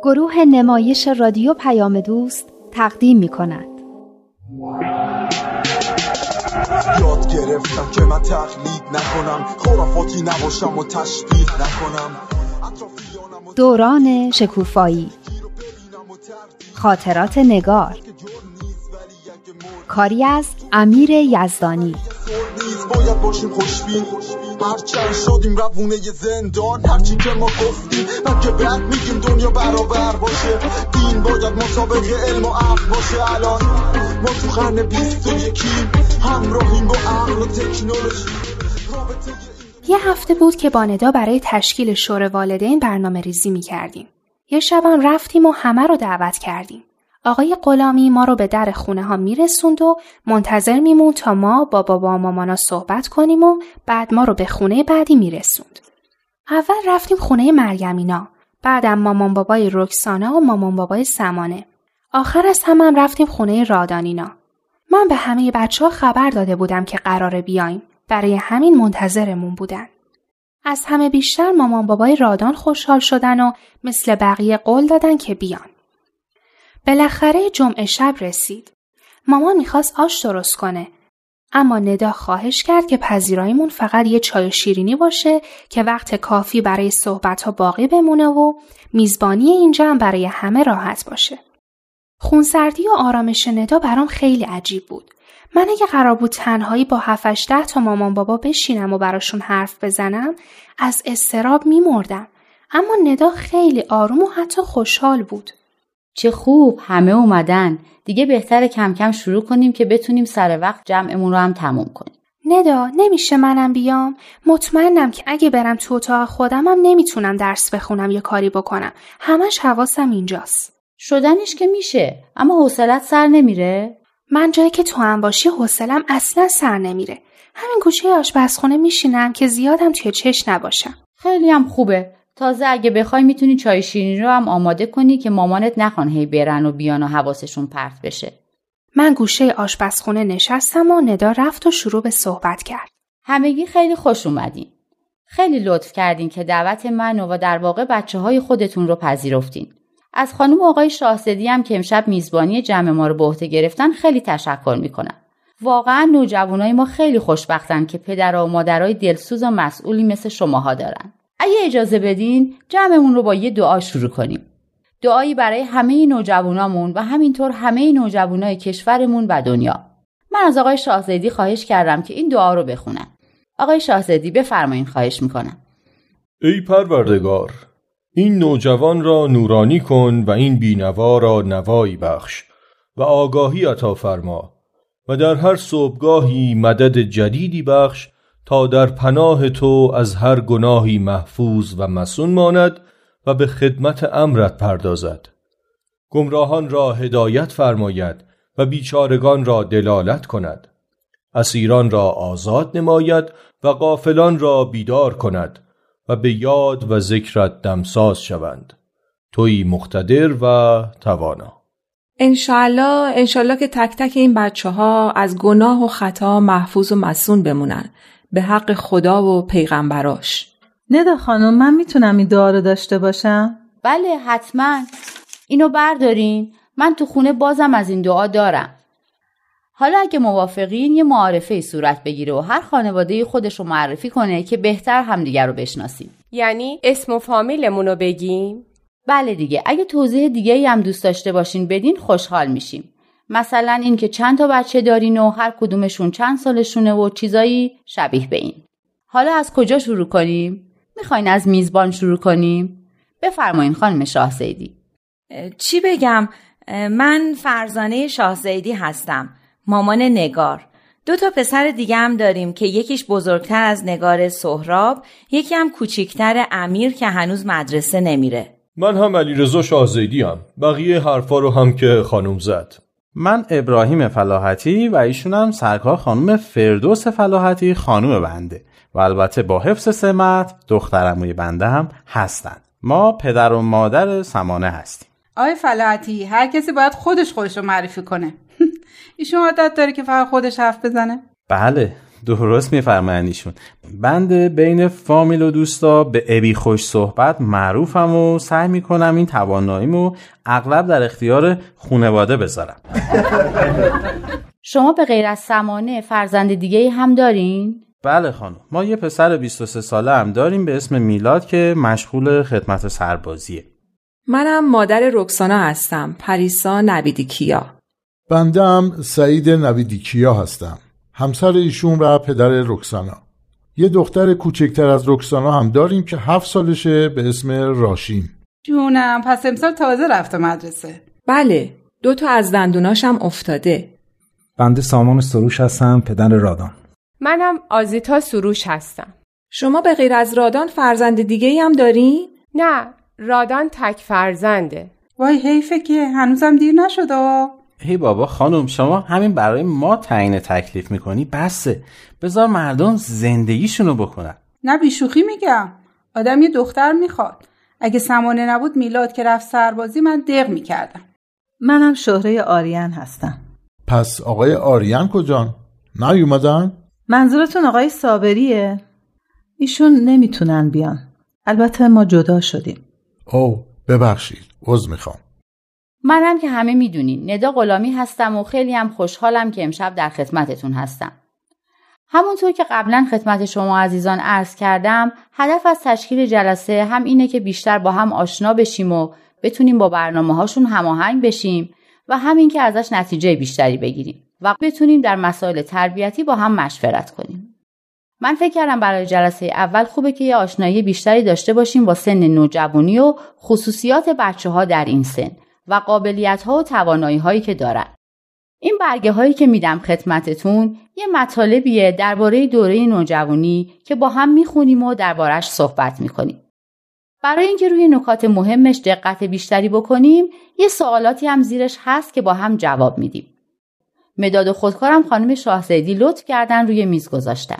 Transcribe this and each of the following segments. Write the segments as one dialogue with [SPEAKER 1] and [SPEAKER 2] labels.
[SPEAKER 1] گروه نمایش رادیو پیام دوست تقدیم می‌کند.
[SPEAKER 2] یاد گرفتم که من تقلید نکنم، خرافاتی نباشم و تشبیه نکنم.
[SPEAKER 1] دوران شکوفایی، خاطرات نگار، کاری از امیر یزدانی.
[SPEAKER 2] باید باشیم خوشبین، هرچند شدیم روونه زندان، هرچی که ما گفتیم بلکه بعد میگیم دنیا برابر باشه. دین باید مسابق علم و عقل باشه. الان ما تو قرن 21 همراهیم با عقل و تکنولوژی.
[SPEAKER 3] یه هفته بود که با ندا برای تشکیل شور والدین برنامه ریزی می کردیم. یه شبم رفتیم و همه رو دعوت کردیم. آقای غلامی ما رو به در خونه ها می رسوند و منتظر میمون تا ما با بابا و مامانا صحبت کنیم و بعد ما رو به خونه بعدی می رسوند. اول رفتیم خونه مرگمینا، بعدم مامان بابای رکسانا و مامان بابای سمانه. آخر از هم رفتیم خونه رادانینا. من به همه بچه‌ها خبر داده بودم که قراره بیایم. برای همین منتظرمون بودن. از همه بیشتر مامان بابای رادان خوشحال شدن و مثل بقیه قول دادن که بیان. بالاخره جمعه شب رسید. مامان میخواست آش درست کنه. اما ندا خواهش کرد که پذیراییمون فقط یه چای شیرینی باشه که وقت کافی برای صحبت‌ها باقی بمونه و میزبانی اینجا هم برای همه راحت باشه. خونسردی و آرامش ندا برام خیلی عجیب بود. من اگه قرار بود تنهایی با 7-10 تا مامان بابا بشینم و براشون حرف بزنم از اضطراب میمردم. اما ندا خیلی آروم و حتی خوشحال بود.
[SPEAKER 4] چه خوب همه اومدن. دیگه بهتره کم کم شروع کنیم که بتونیم سر وقت جمعمون رو هم تموم کنیم.
[SPEAKER 3] ندا نمیشه منم بیام؟ مطمئنم که اگه برم تو اتاق خودمم نمیتونم درس بخونم یا کاری بکنم. همش حواسم اینجاست.
[SPEAKER 4] شدنش که میشه، اما حوصلت سر نمیره؟
[SPEAKER 3] من جایی که تو هم باشی حوصلم اصلا سر نمیره. همین گوشه آشپزخونه میشینم که زیادم توی چش نباشم.
[SPEAKER 4] خیلی هم خوبه. تازه اگه بخوای میتونی چای شیرینی رو هم آماده کنی که مامانت نخوان هی برن و بیان و حواسشون پرت بشه.
[SPEAKER 3] من گوشه آشپزخونه نشستم و ندا رفت و شروع به صحبت کرد.
[SPEAKER 4] همگی خیلی خوش اومدین. خیلی لطف کردین که دعوت منو و در واقع بچه‌های خودتون رو پذیرفتین. از خانم و آقای شاهزادی هم که امشب میزبانی جمع ما رو به عهده گرفتن خیلی تشکر میکنم. واقعا نوجوانای ما خیلی خوشبختن که پدر و مادرای دلسوز و مسئولی مثل شماها دارن. اگه اجازه بدین جمعمون رو با یه دعا شروع کنیم. دعایی برای همه نوجوانامون و همینطور همه نوجوانای کشورمون و دنیا. من از آقای شاهزادی خواهش کردم که این دعا رو بخونن. آقای شاهزادی بفرمایید، خواهش میکنم.
[SPEAKER 5] ای پروردگار، این نوجوان را نورانی کن و این بینوا را نوایی بخش و آگاهی عطا فرما و در هر صبحگاهی مدد جدیدی بخش تا در پناه تو از هر گناهی محفوظ و مصون ماند و به خدمت امرت پردازد. گمراهان را هدایت فرماید و بیچارگان را دلالت کند. اسیران را آزاد نماید و غافلان را بیدار کند و به یاد و ذکرت دمساز شوند. تویی مقتدر و توانا.
[SPEAKER 6] انشالله که تک تک این بچه‌ها از گناه و خطا محفوظ و مصون بمونن به حق خدا و پیغمبراش.
[SPEAKER 7] ندا خانم، من میتونم این دعا رو داشته باشم؟
[SPEAKER 4] بله حتما. اینو بردارین. من تو خونه بازم از این دعا دارم. حالا اگه موافقین یه معارفه صورت بگیره و هر خانواده خودش رو معرفی کنه که بهتر همدیگر رو بشناسیم.
[SPEAKER 8] یعنی اسم و فامیلمون رو بگیم؟
[SPEAKER 4] بله دیگه. اگه توضیح دیگه‌ای هم دوست داشته باشین بدین خوشحال میشیم. مثلا این که چند تا بچه دارین و هر کدومشون چند سالشونه و چیزایی شبیه به این. حالا از کجا شروع کنیم؟ میخواین از میزبان شروع کنیم؟ بفرمایین خانم شاهزادی.
[SPEAKER 9] چی بگم؟ من فرزانه شاهزادی هستم، مامان نگار. 2 تا پسر دیگه هم داریم که یکیش بزرگتر از نگار سهراب، یکی هم کوچیکتر امیر که هنوز مدرسه نمیره.
[SPEAKER 5] من هم علیرضا شاهزادی ام. بقیه حرفا رو هم که خانم زد.
[SPEAKER 10] من ابراهیم فلاحتی و ایشونم سرکار خانم فردوس فلاحتی خانم بنده و البته با حفظ سمت دخترعموی بنده هم هستن. ما پدر و مادر سمانه هستیم.
[SPEAKER 11] آقای فلاحتی، هر کسی باید خودش رو معرفی کنه. ایشون عادت داره که فقط خودش حرف بزنه؟
[SPEAKER 10] بله، درست میفرمایند ایشون. بنده بین فامیل و دوستا به ابی خوش صحبت معروفم و سعی میکنم این تواناییمو اغلب در اختیار خانواده بذارم.
[SPEAKER 4] شما به غیر از سمانه فرزند دیگه‌ای هم دارین؟
[SPEAKER 10] بله خانم، ما یه پسر 23 ساله هم داریم به اسم میلاد که مشغول خدمت سربازیه.
[SPEAKER 6] منم مادر رکسانا هستم، پریسا نویدیکیا.
[SPEAKER 12] بنده هم سعید نویدیکیا هستم، همسر ایشون و پدر رکسانا. یه دختر کوچکتر از رکسانا هم داریم که 7 سالشه به اسم راشین.
[SPEAKER 11] جونم، پس امسال تازه رفته مدرسه.
[SPEAKER 6] بله، 2 از دندوناشم افتاده.
[SPEAKER 13] بنده سامان سروش هستم، پدر رادان.
[SPEAKER 8] منم آزیتا سروش هستم.
[SPEAKER 6] شما به غیر از رادان فرزند دیگه‌ای هم دارین؟
[SPEAKER 8] نه، رادان تک فرزنده.
[SPEAKER 11] وای حیفه که هنوزم دیر نشده.
[SPEAKER 10] هی بابا خانم، شما همین برای ما تعیین تکلیف میکنی؟ بسه، بذار مردم زندگیشونو بکنن.
[SPEAKER 11] نه بیشوخی میگم، آدم یه دختر میخواد. اگه سمانه نبود میلاد که رفت سربازی من دق میکردم.
[SPEAKER 7] منم شهره آریان هستم.
[SPEAKER 12] پس آقای آریان کجان؟ نیومدن؟
[SPEAKER 7] منظورتون آقای صابریه؟ ایشون نمیتونن بیان. البته ما جدا شدیم.
[SPEAKER 12] اوه ببخشید، عذر میخوام.
[SPEAKER 4] منم که همه میدونین ندا غلامی هستم و خیلی هم خوشحالم که امشب در خدمتتون هستم. همونطور که قبلا خدمت شما عزیزان عرض کردم، هدف از تشکیل جلسه هم اینه که بیشتر با هم آشنا بشیم و بتونیم با برنامه‌هاشون هماهنگ بشیم و همین که ازش نتیجه بیشتری بگیریم و بتونیم در مسائل تربیتی با هم مشورت کنیم. من فکر کردم برای جلسه اول خوبه که یه آشنایی بیشتری داشته باشیم با سن نوجوانی و خصوصیات بچه‌ها در این سن و قابلیت‌ها و توانایی‌هایی که دارن. این برگه هایی که میدم خدمتتون یه مطالبیه درباره دوره نوجوانی که با هم میخونیم و دربارش صحبت میکنیم. برای اینکه روی نکات مهمش دقت بیشتری بکنیم، یه سوالاتی هم زیرش هست که با هم جواب میدیم. مداد و خودکارم خانم شاهزیدی لطف کردن روی میز گذاشتن.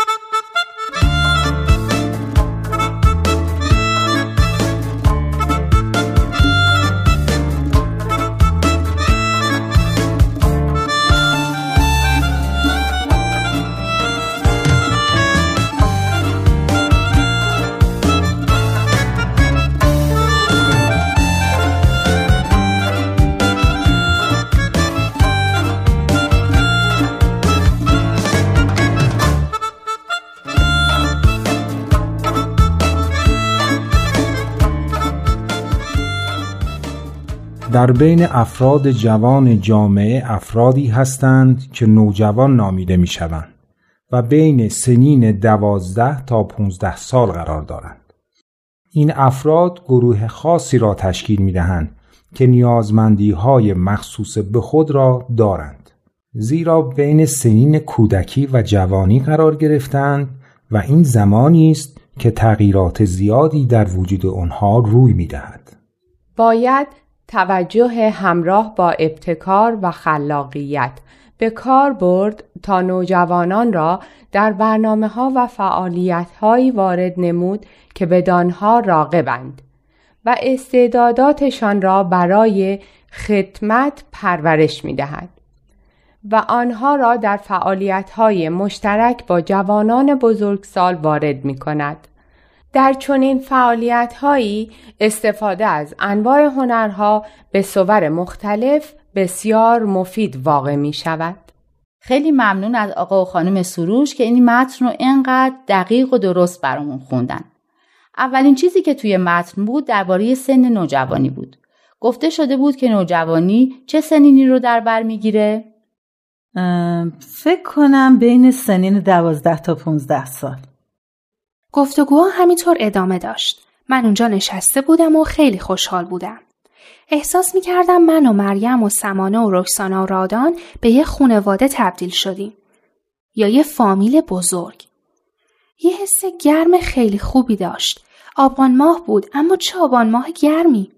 [SPEAKER 13] در بین افراد جوان جامعه افرادی هستند که نوجوان نامیده می شوند و بین سنین 12 تا 15 سال قرار دارند. این افراد گروه خاصی را تشکیل می دهند که نیازمندی های مخصوص به خود را دارند، زیرا بین سنین کودکی و جوانی قرار گرفتند و این زمانی است که تغییرات زیادی در وجود آنها روی می دهد.
[SPEAKER 8] باید توجه همراه با ابتکار و خلاقیت به کار برد تا نوجوانان را در برنامه‌ها و فعالیت‌هایی وارد نمود که بدانها راغبند و استعداداتشان را برای خدمت پرورش می‌دهد و آنها را در فعالیت‌های مشترک با جوانان بزرگسال وارد می‌کند. در چنین فعالیت‌هایی استفاده از انواع هنرها به صور مختلف بسیار مفید واقع می شود.
[SPEAKER 4] خیلی ممنون از آقا و خانم سروش که این متن رو اینقدر دقیق و درست برامون خوندن. اولین چیزی که توی متن بود درباره سن نوجوانی بود. گفته شده بود که نوجوانی چه سنینی رو در بر میگیره؟
[SPEAKER 7] فکر کنم بین سنین 12 تا 15 سال.
[SPEAKER 3] گفتگوها همینطور ادامه داشت. من اونجا نشسته بودم و خیلی خوشحال بودم. احساس می‌کردم من و مریم و سمانه و رکسانا و رادان به یه خانواده تبدیل شدیم. یا یه فامیل بزرگ. یه حس گرم خیلی خوبی داشت. آبان ماه بود، اما چه آبان ماه گرمی.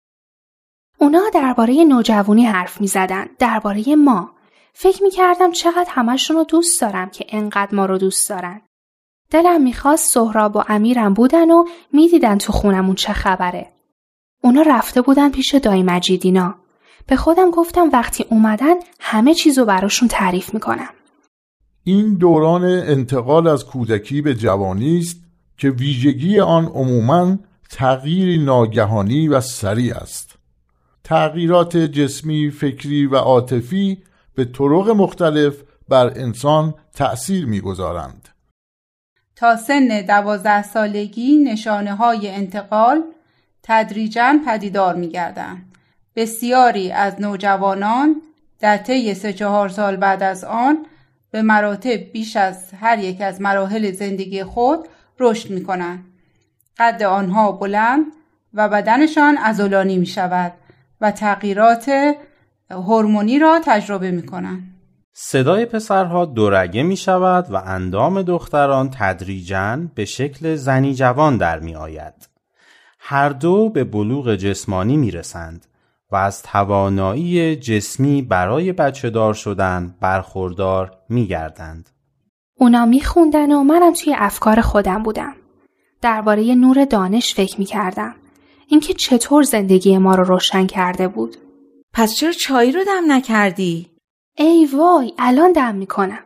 [SPEAKER 3] اونا درباره نوجوانی حرف می‌زدن، درباره ما. فکر می‌کردم چقدر همشون رو دوست دارم که انقدر ما رو دوست دارن. دلم میخواست سهراب و امیرم بودن و میدیدن تو خونمون چه خبره. اونا رفته بودن پیش دایی مجیدینا. به خودم گفتم وقتی اومدن همه چیزو براشون تعریف میکنم.
[SPEAKER 12] این دوران انتقال از کودکی به جوانی است که ویژگی آن عموماً تغییری ناگهانی و سریع است. تغییرات جسمی، فکری و عاطفی به طرق مختلف بر انسان تأثیر می‌گذارند.
[SPEAKER 11] تا سن 12 سالگی نشانه‌های انتقال تدریجاً پدیدار می‌گردند. بسیاری از نوجوانان در طی 3-4 سال بعد از آن به مراتب بیش از هر یک از مراحل زندگی خود رشد می‌کنند. قد آنها بلند و بدنشان عضلانی می‌شود و تغییرات هورمونی را تجربه می‌کنند.
[SPEAKER 10] صدای پسرها دورگه می شود و اندام دختران تدریجاً به شکل زنی جوان در می آید. هر دو به بلوغ جسمانی می رسند و از توانایی جسمی برای بچه دار شدن برخوردار می گردند.
[SPEAKER 3] اونا می خوندن و منم توی افکار خودم بودم. درباره نور دانش فکر می کردم. اینکه چطور زندگی ما رو روشن کرده بود.
[SPEAKER 9] پس چرا چای رو دم نکردی؟
[SPEAKER 3] ای وای، الان دم میکنم.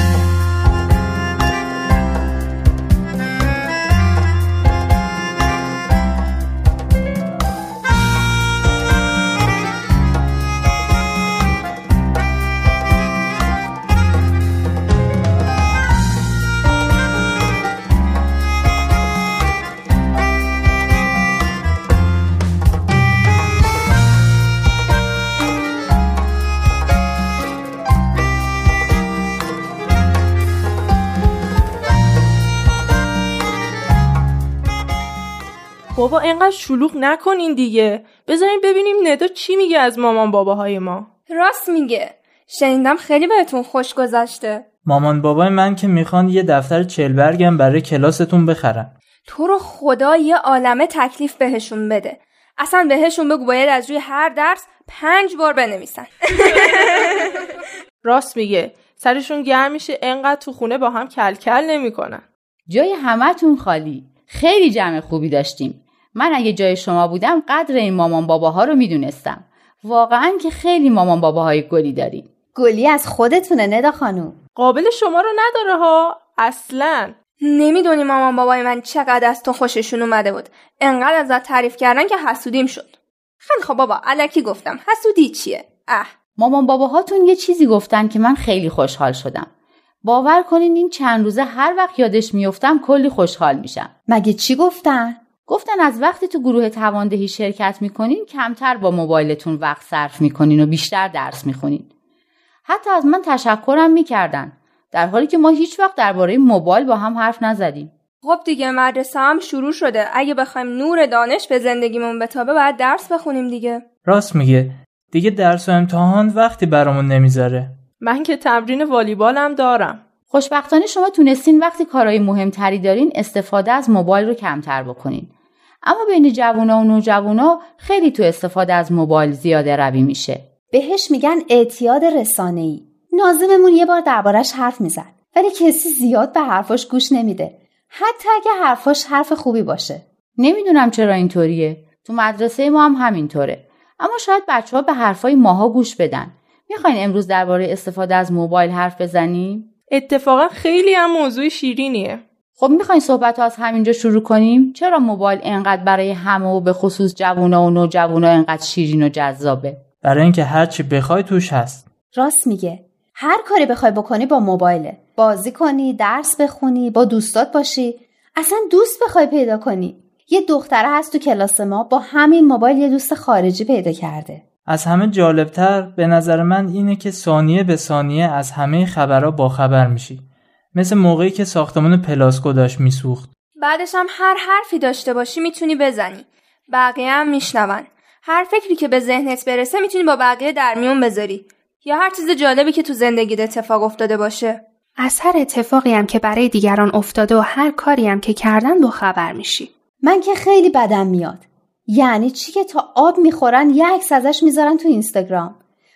[SPEAKER 14] بابا اینقدر شلوغ نکنین دیگه. بذارین ببینیم ندا چی میگه از مامان باباهای ما.
[SPEAKER 15] راست میگه. شنیدم خیلی بهتون خوش گذشته.
[SPEAKER 16] مامان بابای من که میخوان یه دفتر 40 برگم برای کلاستون بخرن.
[SPEAKER 15] تو رو خدا یه عالمه تکلیف بهشون بده. اصلا بهشون بگو باید از روی هر درس 5 بار بنویسن.
[SPEAKER 14] راست میگه. سرشون گرم میشه انقدر تو خونه با هم کلکل نمیکنن.
[SPEAKER 4] جای همتون خالی. خیلی جمع خوبی داشتیم. من اگه جای شما بودم قدر این مامان باباها رو میدونستم. واقعا که خیلی مامان باباهای گلی دارین.
[SPEAKER 1] گلی از خودتونه ندا خانوم.
[SPEAKER 14] قابل شما رو نداره ها اصلا.
[SPEAKER 15] نمیدونی مامان بابای من چقدر از تو خوششون اومده بود. انقدر ازت تعریف کردن که حسودیم شد. خیلی خب بابا الکی گفتم. حسودی چیه؟
[SPEAKER 4] مامان باباهاتون یه چیزی گفتن که من خیلی خوشحال شدم. باور کنین این چند روزه هر وقت یادش میافتم کلی خوشحال میشم.
[SPEAKER 1] مگه چی گفتن؟
[SPEAKER 4] گفتن از وقتی تو گروه تواندهی شرکت میکنین کمتر با موبایلتون وقت صرف میکنین و بیشتر درس میخونین. حتی از من تشکرم میکردن، در حالی که ما هیچ وقت درباره موبایل با هم حرف نزدیم.
[SPEAKER 15] خب دیگه مدرسه هم شروع شده. اگه بخوایم نور دانش به زندگیمون بتابه باید درس بخونیم دیگه.
[SPEAKER 16] راست میگه. دیگه درس و امتحان وقتی برامون نمیذاره.
[SPEAKER 14] من که تمرین والیبالم دارم.
[SPEAKER 4] خوشبختانه شما تونستین وقتی کارهای مهمتری دارین استفاده از موبایل رو کمتر بکنین. اما بین جوونا و نوجوانا خیلی تو استفاده از موبایل زیاده روی میشه.
[SPEAKER 1] بهش میگن اعتیاد رسانه‌ای. ناظممون یه بار دربارش حرف میزد، ولی کسی زیاد به حرفاش گوش نمیده، حتی اگه حرفاش حرف خوبی باشه.
[SPEAKER 4] نمیدونم چرا اینطوریه. تو مدرسه ما هم همینطوره. اما شاید بچه‌ها به حرفای ماها گوش بدن. میخواین امروز درباره استفاده از موبایل حرف بزنیم؟
[SPEAKER 14] اتفاقا خیلی هم موضوع شیرینیه.
[SPEAKER 4] خب میخواین صحبت‌ها از همینجا شروع کنیم؟ چرا موبایل انقدر برای همه و به خصوص جوونا و نوجوانا انقدر شیرین و جذابه؟
[SPEAKER 16] برای اینکه هر چی بخوای توش هست.
[SPEAKER 1] راست میگه. هر کاری بخوای بکنی با موبایله. بازی کنی، درس بخونی، با دوستات باشی، اصلا دوست بخوای پیدا کنی. یه دختره هست تو کلاس ما با همین موبایل یه دوست خارجی پیدا کرده.
[SPEAKER 16] از همه جالبتر به نظر من اینه که ثانیه به ثانیه از همه خبرها باخبر میشی. مثل موقعی که ساختمان پلاسکو داشت میسوخت.
[SPEAKER 15] بعدش هم هر حرفی داشته باشی میتونی بزنی. بقیه هم میشنون. هر فکری که به ذهنت برسه میتونی با بقیه در میون بذاری. یا هر چیز جالبی که تو زندگیت اتفاق افتاده باشه.
[SPEAKER 3] از هر اتفاقی هم که برای دیگران افتاده و هر کاری هم که کردن با خبر میشی.
[SPEAKER 1] من که خیلی بدم میاد. یعنی چی که تا آب میخورن یه عکس ازش میذارن تو اینستاگرام.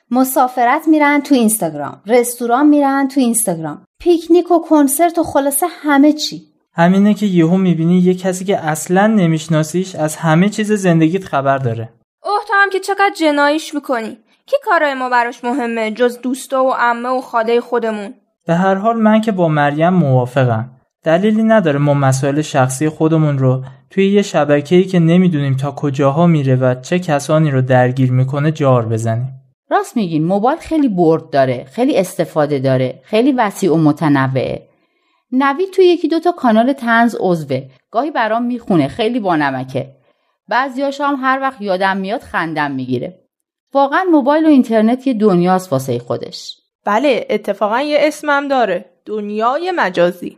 [SPEAKER 1] مسافرت میرن تو اینستاگرام، رستوران میرن تو اینستاگرام، پیکنیک و کنسرت و خلاصه همه چی.
[SPEAKER 16] همینه که یهو میبینی یه کسی که اصلاً نمیشناسیش از همه چیز زندگیت خبر داره.
[SPEAKER 15] اوه تو هم که چقدر جناییش میکنی. کی کارای ما براش مهمه جز دوستا و عمه و خاله خودمون؟
[SPEAKER 16] به هر حال من که با مریم موافقم. دلیلی نداره ما مسائل شخصی خودمون رو توی یه شبکه‌ای که نمیدونیم تا کجاها میره و چه کسانی رو درگیر میکنه جار بزنیم.
[SPEAKER 4] راست میگین، موبایل خیلی برد داره، خیلی استفاده داره، خیلی وسیع و متنوعه. نوید توی یکی دوتا کانال طنز عضوه، گاهی برام میخونه، خیلی بانمکه. بعضیاش هم هر وقت یادم میاد خندم میگیره. واقعا موبایل و اینترنت یه دنیاست واسه خودش.
[SPEAKER 14] بله، اتفاقا یه اسمم داره، دنیای مجازی.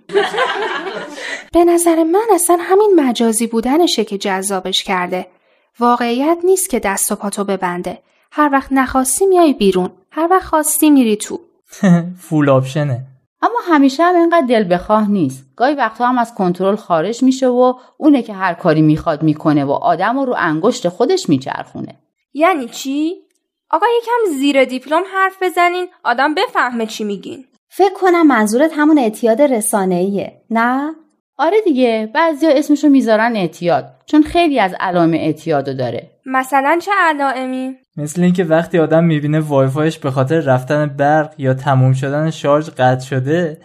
[SPEAKER 3] به نظر من اصلا همین مجازی بودنشه که جذابش کرده. واقعیت نیست که دست و پاتو ببنده. هر وقت نخواستی میای بیرون، هر وقت خواستی میری تو.
[SPEAKER 16] فول آپشنه.
[SPEAKER 4] اما همیشه هم اینقدر دل بخواه نیست. گاهی وقتا هم از کنترل خارج میشه و اونه که هر کاری میخواد میکنه و آدم رو انگشت خودش میچرخونه.
[SPEAKER 15] یعنی چی؟ آقا یکم زیر دیپلم حرف بزنین آدم بفهمه چی میگین.
[SPEAKER 1] فکر کنم منظورت همون اعتیاد رسانه‌ایه، نه؟
[SPEAKER 4] آره دیگه، بعضیا اسمشو میذارن اعتیاد چون خیلی از علائم اعتیادو داره.
[SPEAKER 15] مثلا چه علائمی؟
[SPEAKER 16] مثل اینکه وقتی آدم میبینه وای فایش به خاطر رفتن برق یا تموم شدن شارژ قطع شده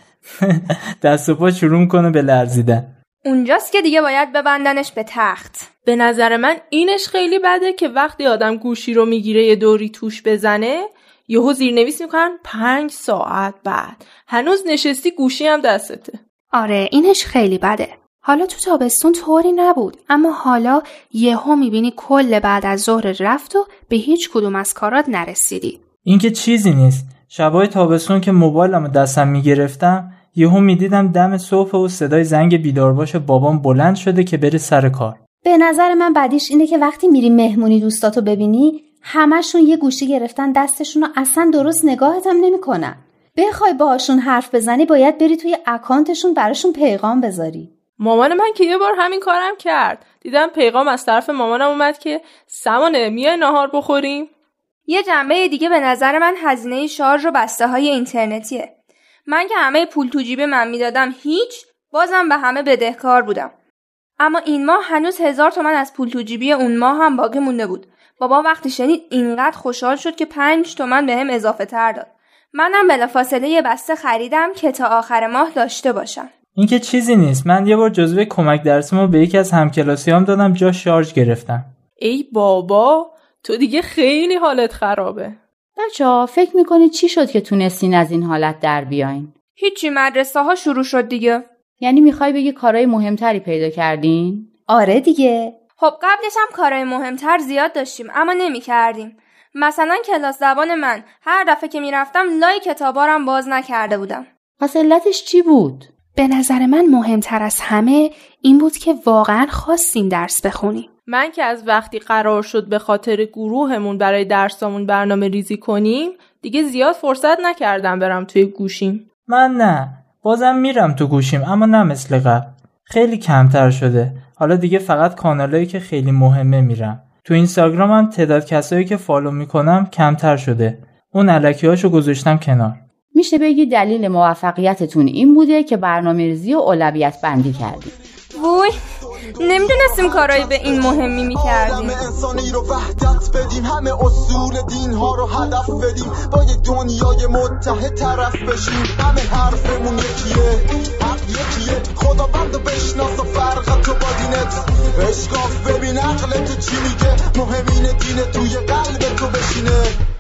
[SPEAKER 16] دست و پا شروع کنه به لرزیدن.
[SPEAKER 15] اونجاست که دیگه باید ببندنش به تخت.
[SPEAKER 14] به نظر من اینش خیلی بده که وقتی آدم گوشی رو میگیره یه دوری توش بزنه یهو زیرنویس میکنن 5 ساعت بعد هنوز نشستی گوشی هم دستته.
[SPEAKER 3] آره اینش خیلی بده. حالا تو تابستون طوری نبود، اما حالا یهو میبینی کل بعد از ظهر رفت و به هیچ کدوم از کارات نرسیدی.
[SPEAKER 16] این که چیزی نیست. شبای تابستون که موبایلمو دستم میگرفتم یهو میدیدم دم صبح و صدای زنگ بیدارباش بابام بلند شده که بره سر کار.
[SPEAKER 1] به نظر من بعدیش اینه که وقتی میری مهمونی دوستاتو ببینی همشون یه گوشی گرفتن دستشون رو اصلا درست نگاهت هم نمیکنن. بخوای باهاشون حرف بزنی باید بری توی اکانتشون براشون پیغام بذاری.
[SPEAKER 14] مامان من که یه بار همین کارم کرد. دیدم پیغام از طرف مامانم اومد که سمانه میای ناهار بخوریم.
[SPEAKER 15] یه جنبه دیگه به نظر من هزینه شارژ و بسته های اینترنتیه. من که همه پول تو جیب من میدادم هیچ، بازم به همه بدهکار بودم. اما این ماه هنوز 1000 تومن از پول تو جیبی اون ماه هم باقی مونده بود. بابا وقتی شنید اینقدر خوشحال شد که 5 تومن بهم اضافه تر داد. منم بلافاصله یه بسته خریدم که تا آخر ماه داشته باشم.
[SPEAKER 16] این که چیزی نیست. من یه بار جزوه کمک درسیمو به یکی از همکلاسیام دادم جا شارژ گرفتم.
[SPEAKER 14] ای بابا تو دیگه خیلی حالت خرابه.
[SPEAKER 4] بچه‌ها فکر میکنید چی شد که تونستین از این حالت در بیاین؟
[SPEAKER 15] هیچی، مدرسه ها شروع شد دیگه.
[SPEAKER 4] یعنی میخوای بگی کارهای مهمتری پیدا کردین؟
[SPEAKER 1] آره دیگه.
[SPEAKER 15] خب قبلش هم کارهای مهمتر زیاد داشتیم اما نمیکردیم. مثلا کلاس زبان من هر دفعه که میرفتم لای کتابارم باز نکرده بودم.
[SPEAKER 4] پس علتش چی بود؟
[SPEAKER 3] به نظر من مهمتر از همه این بود که واقعا خواستیم درس بخونیم.
[SPEAKER 14] من که از وقتی قرار شد به خاطر گروهمون برای درسامون برنامه ریزی کنیم دیگه زیاد فرصت نکردم برم توی گوشیم.
[SPEAKER 16] من نه، بازم میرم تو گوشیم اما نه مثل قبل. خیلی کمتر شده. حالا دیگه فقط کانالایی که خیلی مهمه میرم. تو اینستاگرام هم تعداد کسایی که فالو میکنم کمتر شده. اون الکیاشو گذاشتم کنار.
[SPEAKER 4] میشه بگی دلیل موفقیتتون این بوده که برنامه‌ریزی و اولویت بندی کردید.
[SPEAKER 15] وای نمیدونستیم کارایی به این مهمی میکردیم.
[SPEAKER 2] انسانی رو وحدت بدیم، همه اصول دین ها رو هدف بدیم، با یه دنیای متحد طرف بشیم. همه حرفمون یکیه، حق یکیه، خدا بندو بشناس و فرق تو با دینت. اشکاف ببین عقل تو چی میگه، مهمین دین توی قلب تو بشینه.